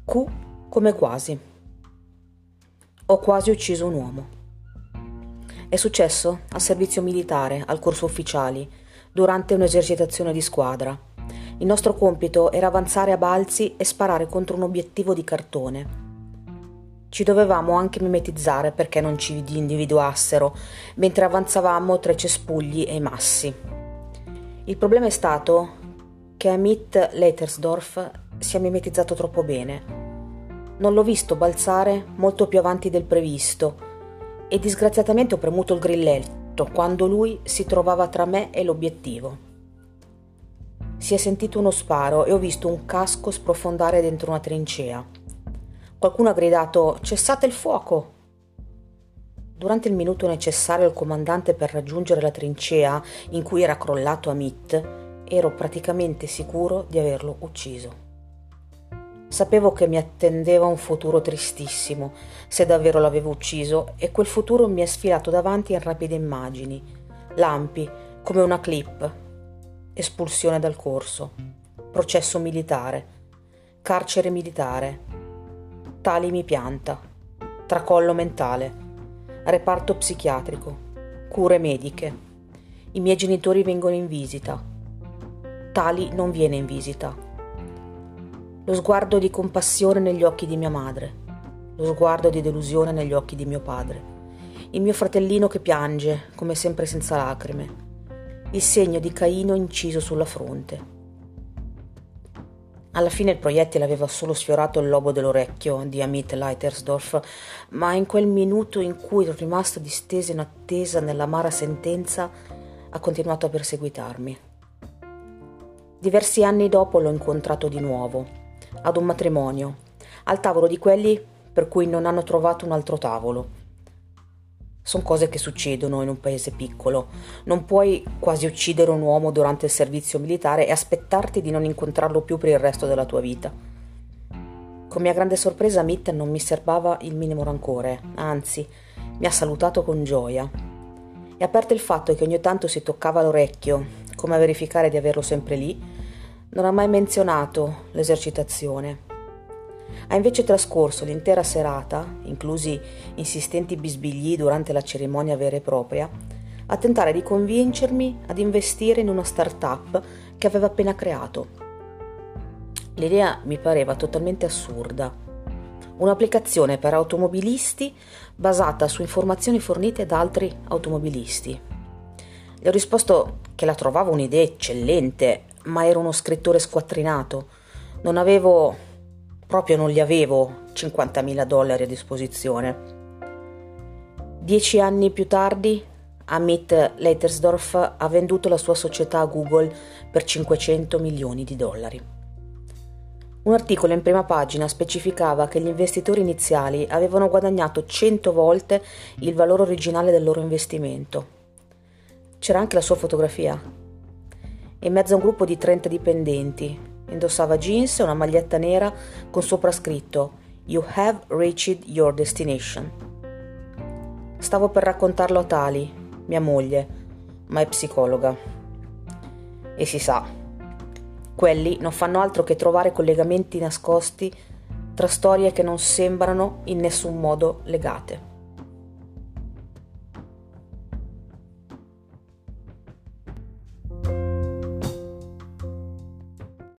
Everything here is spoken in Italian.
Q come quasi. Ho quasi ucciso un uomo. È successo al servizio militare, al corso ufficiali, durante un'esercitazione di squadra. Il nostro compito era avanzare a balzi e sparare contro un obiettivo di cartone. Ci dovevamo anche mimetizzare perché non ci individuassero, mentre avanzavamo tra i cespugli e i massi. Il problema è stato che Amit Leitersdorf si è mimetizzato troppo bene. Non l'ho visto balzare molto più avanti del previsto e disgraziatamente ho premuto il grilletto quando lui si trovava tra me e l'obiettivo. Si è sentito uno sparo e ho visto un casco sprofondare dentro una trincea. Qualcuno ha gridato «Cessate il fuoco!». Durante il minuto necessario al comandante per raggiungere la trincea in cui era crollato Amit, ero praticamente sicuro di averlo ucciso. Sapevo che mi attendeva un futuro tristissimo, se davvero l'avevo ucciso, e quel futuro mi è sfilato davanti in rapide immagini, lampi, come una clip, espulsione dal corso, processo militare, carcere militare, tali mi pianta, tracollo mentale, reparto psichiatrico, cure mediche, i miei genitori vengono in visita, tali non viene in visita. Lo sguardo di compassione negli occhi di mia madre, lo sguardo di delusione negli occhi di mio padre, il mio fratellino che piange, come sempre senza lacrime, il segno di Caino inciso sulla fronte. Alla fine il proiettile aveva solo sfiorato il lobo dell'orecchio di Amit Leitersdorf, ma in quel minuto in cui ero rimasto disteso in attesa nell'amara sentenza, ha continuato a perseguitarmi. Diversi anni dopo l'ho incontrato di nuovo, ad un matrimonio, al tavolo di quelli per cui non hanno trovato un altro tavolo. Sono cose che succedono in un paese piccolo. Non puoi quasi uccidere un uomo durante il servizio militare e aspettarti di non incontrarlo più per il resto della tua vita. Con mia grande sorpresa Amit non mi serbava il minimo rancore, anzi, mi ha salutato con gioia. E a parte il fatto che ogni tanto si toccava l'orecchio, come a verificare di averlo sempre lì, non ha mai menzionato l'esercitazione. Ha invece trascorso l'intera serata, inclusi insistenti bisbigli durante la cerimonia vera e propria, a tentare di convincermi ad investire in una start-up che aveva appena creato. L'idea mi pareva totalmente assurda. Un'applicazione per automobilisti basata su informazioni fornite da altri automobilisti. Le ho risposto che la trovavo un'idea eccellente, ma ero uno scrittore squattrinato. Non li avevo $50.000 a disposizione. 10 anni più tardi, Amit Leitersdorf ha venduto la sua società a Google per $500 milioni. Un articolo in prima pagina specificava che gli investitori iniziali avevano guadagnato 100 volte il valore originale del loro investimento. C'era anche la sua fotografia. In mezzo a un gruppo di 30 dipendenti, indossava jeans e una maglietta nera con sopra scritto You have reached your destination. Stavo per raccontarlo a Tali, mia moglie, ma è psicologa. E si sa, quelli non fanno altro che trovare collegamenti nascosti tra storie che non sembrano in nessun modo legate.